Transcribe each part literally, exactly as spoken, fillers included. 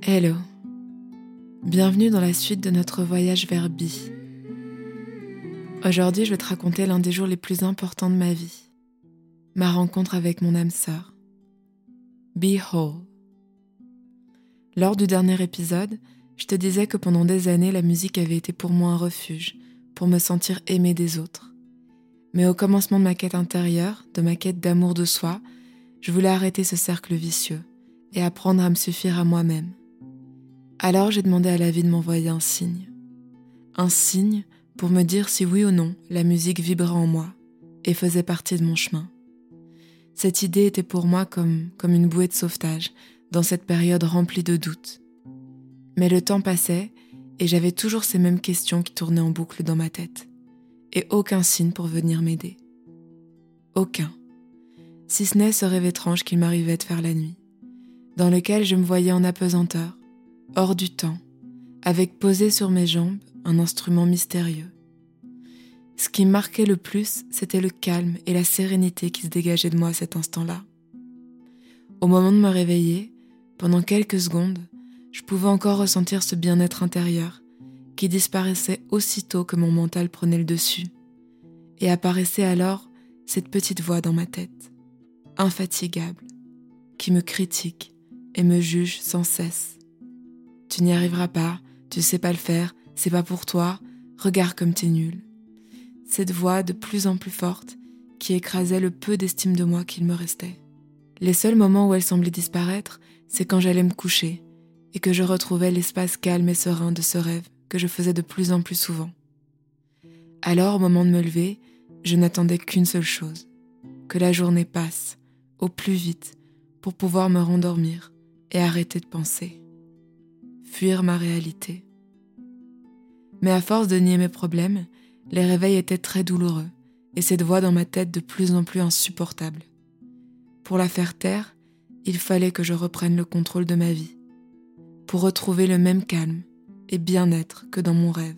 Hello, bienvenue dans la suite de notre voyage vers Be. Aujourd'hui, je vais te raconter l'un des jours les plus importants de ma vie, ma rencontre avec mon âme sœur, Be Whole. Lors du dernier épisode, je te disais que pendant des années, la musique avait été pour moi un refuge, pour me sentir aimée des autres. Mais au commencement de ma quête intérieure, de ma quête d'amour de soi, je voulais arrêter ce cercle vicieux et apprendre à me suffire à moi-même. Alors j'ai demandé à la vie de m'envoyer un signe. Un signe pour me dire si oui ou non la musique vibrait en moi et faisait partie de mon chemin. Cette idée était pour moi comme, comme une bouée de sauvetage dans cette période remplie de doutes. Mais le temps passait et j'avais toujours ces mêmes questions qui tournaient en boucle dans ma tête. Et aucun signe pour venir m'aider. Aucun. Si ce n'est ce rêve étrange qu'il m'arrivait de faire la nuit, dans lequel je me voyais en apesanteur, hors du temps, avec posé sur mes jambes un instrument mystérieux. Ce qui me marquait le plus, c'était le calme et la sérénité qui se dégageaient de moi à cet instant-là. Au moment de me réveiller, pendant quelques secondes, je pouvais encore ressentir ce bien-être intérieur qui disparaissait aussitôt que mon mental prenait le dessus, et apparaissait alors cette petite voix dans ma tête, infatigable, qui me critique et me juge sans cesse. Tu n'y arriveras pas, tu sais pas le faire, c'est pas pour toi, regarde comme t'es nul. Cette voix de plus en plus forte qui écrasait le peu d'estime de moi qu'il me restait. Les seuls moments où elle semblait disparaître, c'est quand j'allais me coucher et que je retrouvais l'espace calme et serein de ce rêve que je faisais de plus en plus souvent. Alors, au moment de me lever, je n'attendais qu'une seule chose, que la journée passe, au plus vite, pour pouvoir me rendormir et arrêter de penser. Fuir ma réalité. Mais à force de nier mes problèmes, les réveils étaient très douloureux et cette voix dans ma tête de plus en plus insupportable. Pour la faire taire, il fallait que je reprenne le contrôle de ma vie, pour retrouver le même calme et bien-être que dans mon rêve.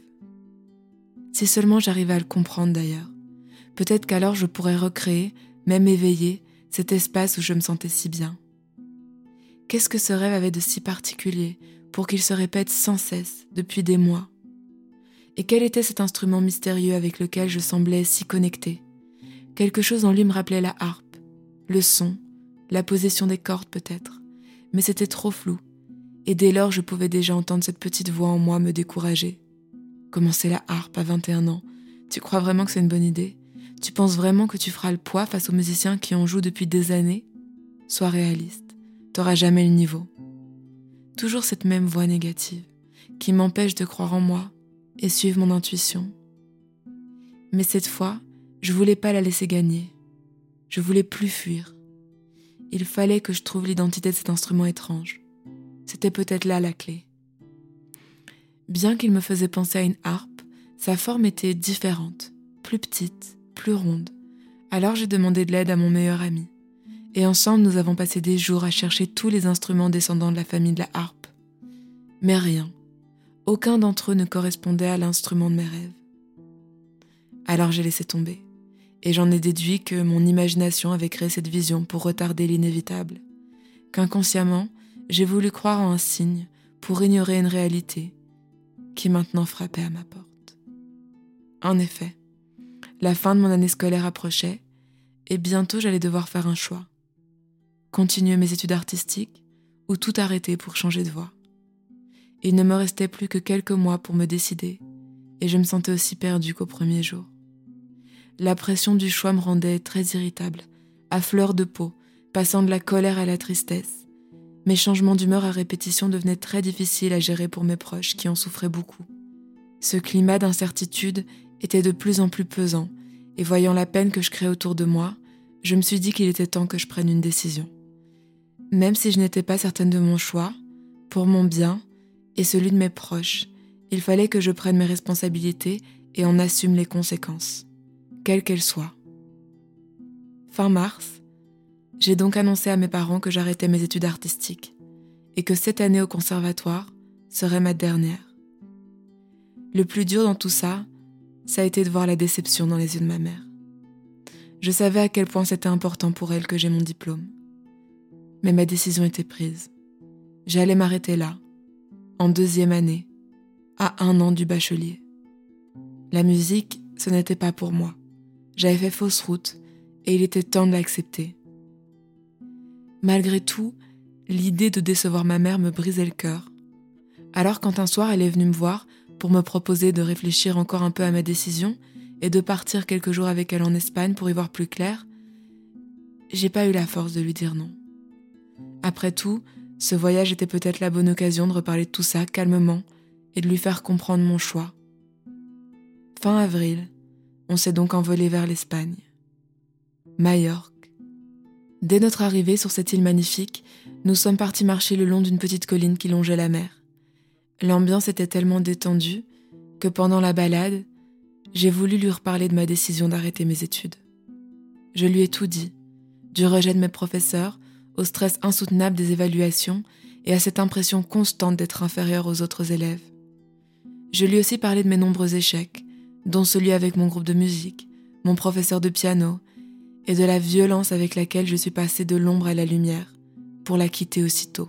Si seulement j'arrivais à le comprendre d'ailleurs, peut-être qu'alors je pourrais recréer, même éveiller, cet espace où je me sentais si bien. Qu'est-ce que ce rêve avait de si particulier pour qu'il se répète sans cesse depuis des mois? Et quel était cet instrument mystérieux avec lequel je semblais si connectée? Quelque chose en lui me rappelait la harpe, le son, la position des cordes peut-être, mais c'était trop flou, et dès lors je pouvais déjà entendre cette petite voix en moi me décourager. Commencer la harpe à vingt et un ans, tu crois vraiment que c'est une bonne idée? Tu penses vraiment que tu feras le poids face aux musiciens qui en jouent depuis des années? Sois réaliste, t'auras jamais le niveau. Toujours cette même voix négative, qui m'empêche de croire en moi et suivre mon intuition. Mais cette fois, je voulais pas la laisser gagner. Je voulais plus fuir. Il fallait que je trouve l'identité de cet instrument étrange. C'était peut-être là la clé. Bien qu'il me faisait penser à une harpe, sa forme était différente, plus petite, plus ronde. Alors j'ai demandé de l'aide à mon meilleur ami. Et ensemble, nous avons passé des jours à chercher tous les instruments descendants de la famille de la harpe. Mais rien. Aucun d'entre eux ne correspondait à l'instrument de mes rêves. Alors j'ai laissé tomber. Et j'en ai déduit que mon imagination avait créé cette vision pour retarder l'inévitable. Qu'inconsciemment, j'ai voulu croire en un signe pour ignorer une réalité qui maintenant frappait à ma porte. En effet, la fin de mon année scolaire approchait et bientôt j'allais devoir faire un choix. Continuer mes études artistiques ou tout arrêter pour changer de voie. Il ne me restait plus que quelques mois pour me décider et je me sentais aussi perdue qu'au premier jour. La pression du choix me rendait très irritable, à fleur de peau, passant de la colère à la tristesse. Mes changements d'humeur à répétition devenaient très difficiles à gérer pour mes proches qui en souffraient beaucoup. Ce climat d'incertitude était de plus en plus pesant et voyant la peine que je créais autour de moi, je me suis dit qu'il était temps que je prenne une décision. Même si je n'étais pas certaine de mon choix, pour mon bien et celui de mes proches, il fallait que je prenne mes responsabilités et en assume les conséquences, quelles qu'elles soient. Fin mars, j'ai donc annoncé à mes parents que j'arrêtais mes études artistiques et que cette année au conservatoire serait ma dernière. Le plus dur dans tout ça, ça a été de voir la déception dans les yeux de ma mère. Je savais à quel point c'était important pour elle que j'aie mon diplôme. Mais ma décision était prise. J'allais m'arrêter là, en deuxième année, à un an du bachelier. La musique, ce n'était pas pour moi. J'avais fait fausse route et il était temps de l'accepter. Malgré tout, l'idée de décevoir ma mère me brisait le cœur. Alors quand un soir elle est venue me voir pour me proposer de réfléchir encore un peu à ma décision et de partir quelques jours avec elle en Espagne pour y voir plus clair, j'ai pas eu la force de lui dire non. Après tout, ce voyage était peut-être la bonne occasion de reparler de tout ça calmement et de lui faire comprendre mon choix. Fin avril, on s'est donc envolé vers l'Espagne. Majorque. Dès notre arrivée sur cette île magnifique, nous sommes partis marcher le long d'une petite colline qui longeait la mer. L'ambiance était tellement détendue que pendant la balade, j'ai voulu lui reparler de ma décision d'arrêter mes études. Je lui ai tout dit, du rejet de mes professeurs, au stress insoutenable des évaluations et à cette impression constante d'être inférieure aux autres élèves. Je lui ai aussi parlé de mes nombreux échecs, dont celui avec mon groupe de musique, mon professeur de piano, et de la violence avec laquelle je suis passée de l'ombre à la lumière, pour la quitter aussitôt.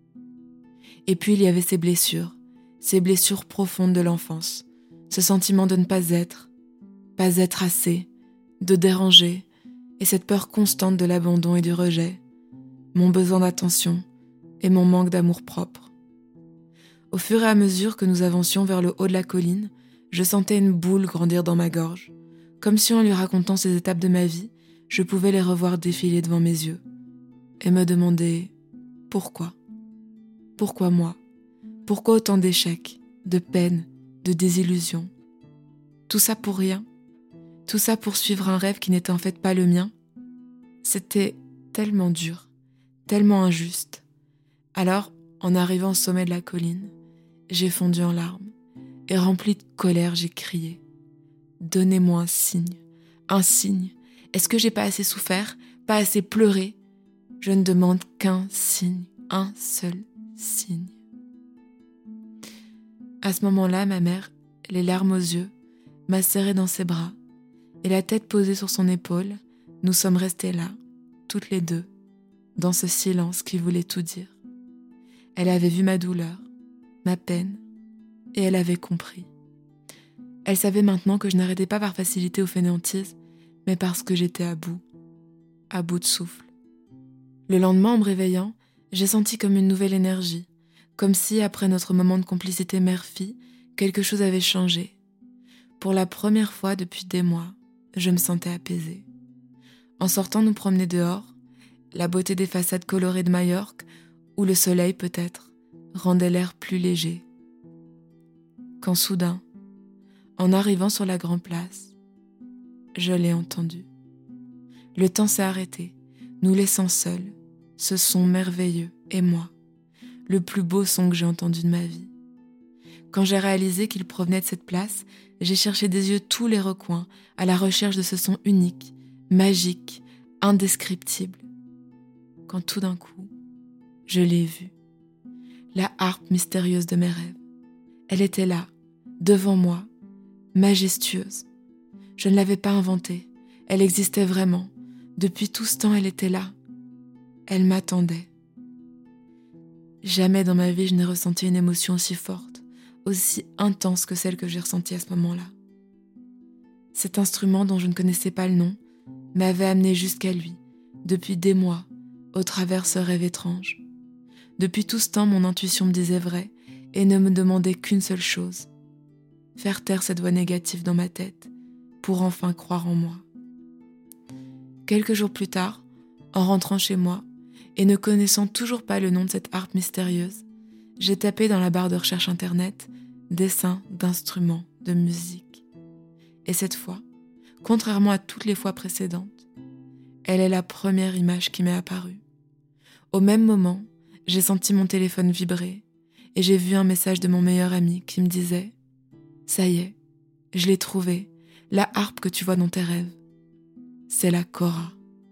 Et puis il y avait ces blessures, ces blessures profondes de l'enfance, ce sentiment de ne pas être, pas être assez, de déranger, et cette peur constante de l'abandon et du rejet, mon besoin d'attention et mon manque d'amour-propre. Au fur et à mesure que nous avancions vers le haut de la colline, je sentais une boule grandir dans ma gorge, comme si en lui racontant ces étapes de ma vie, je pouvais les revoir défiler devant mes yeux, et me demander pourquoi. Pourquoi moi ? Pourquoi autant d'échecs, de peines, de désillusions ? Tout ça pour rien ? Tout ça pour suivre un rêve qui n'était en fait pas le mien ? C'était tellement dur, tellement injuste. Alors, en arrivant au sommet de la colline, j'ai fondu en larmes, et rempli de colère, j'ai crié « Donnez-moi un signe, un signe. Est-ce que j'ai pas assez souffert, pas assez pleuré ? Je ne demande qu'un signe, un seul signe. » À ce moment-là, ma mère, les larmes aux yeux, m'a serré dans ses bras, et la tête posée sur son épaule, nous sommes restés là, toutes les deux, dans ce silence qui voulait tout dire. Elle avait vu ma douleur, ma peine, et elle avait compris. Elle savait maintenant que je n'arrêtais pas par facilité au fainéantisme, mais parce que j'étais à bout, à bout de souffle. Le lendemain, en me réveillant, j'ai senti comme une nouvelle énergie, comme si, après notre moment de complicité mère-fille, quelque chose avait changé. Pour la première fois depuis des mois, je me sentais apaisée. En sortant nous promener dehors, la beauté des façades colorées de Majorque, où le soleil peut-être, rendait l'air plus léger. Quand soudain, en arrivant sur la grande place, je l'ai entendu. Le temps s'est arrêté, nous laissant seuls, ce son merveilleux et moi, le plus beau son que j'ai entendu de ma vie. Quand j'ai réalisé qu'il provenait de cette place, j'ai cherché des yeux tous les recoins à la recherche de ce son unique, magique, indescriptible. Quand tout d'un coup, je l'ai vue, la harpe mystérieuse de mes rêves. Elle était là, devant moi, majestueuse. Je ne l'avais pas inventée, elle existait vraiment. Depuis tout ce temps, elle était là. Elle m'attendait. Jamais dans ma vie je n'ai ressenti une émotion aussi forte, aussi intense que celle que j'ai ressentie à ce moment-là. Cet instrument dont je ne connaissais pas le nom m'avait amené jusqu'à lui, depuis des mois, au travers ce rêve étrange. Depuis tout ce temps, mon intuition me disait vrai et ne me demandait qu'une seule chose, faire taire cette voix négative dans ma tête pour enfin croire en moi. Quelques jours plus tard, en rentrant chez moi et ne connaissant toujours pas le nom de cette harpe mystérieuse, j'ai tapé dans la barre de recherche internet « dessin d'instruments de musique ». Et cette fois, contrairement à toutes les fois précédentes, elle est la première image qui m'est apparue. Au même moment, j'ai senti mon téléphone vibrer et j'ai vu un message de mon meilleur ami qui me disait « Ça y est, je l'ai trouvée, la harpe que tu vois dans tes rêves. C'est la Cora. »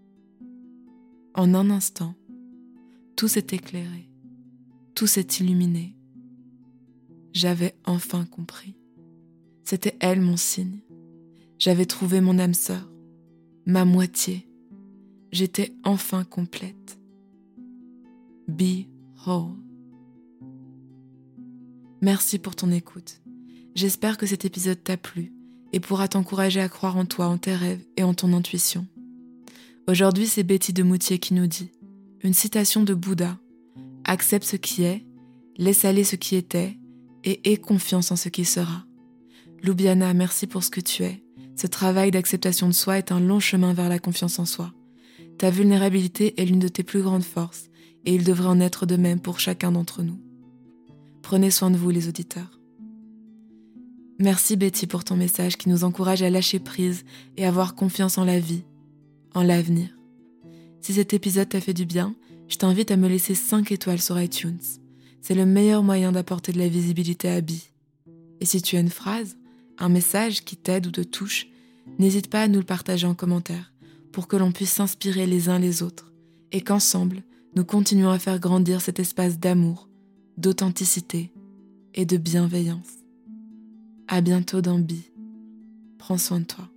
En un instant, tout s'est éclairé, tout s'est illuminé. J'avais enfin compris. C'était elle mon signe. J'avais trouvé mon âme sœur, ma moitié. J'étais enfin complète. Be whole. Merci pour ton écoute. J'espère que cet épisode t'a plu et pourra t'encourager à croire en toi, en tes rêves et en ton intuition. Aujourd'hui, c'est Betty de Moutier qui nous dit une citation de Bouddha. Accepte ce qui est, laisse aller ce qui était et aie confiance en ce qui sera. Loubiana, merci pour ce que tu es. Ce travail d'acceptation de soi est un long chemin vers la confiance en soi. Ta vulnérabilité est l'une de tes plus grandes forces et il devrait en être de même pour chacun d'entre nous. Prenez soin de vous, les auditeurs. Merci Betty pour ton message qui nous encourage à lâcher prise et avoir confiance en la vie, en l'avenir. Si cet épisode t'a fait du bien, je t'invite à me laisser cinq étoiles sur iTunes. C'est le meilleur moyen d'apporter de la visibilité à Bi. Et si tu as une phrase, un message qui t'aide ou te touche, n'hésite pas à nous le partager en commentaire pour que l'on puisse s'inspirer les uns les autres et qu'ensemble, nous continuons à faire grandir cet espace d'amour, d'authenticité et de bienveillance. À bientôt dans Bi. Prends soin de toi.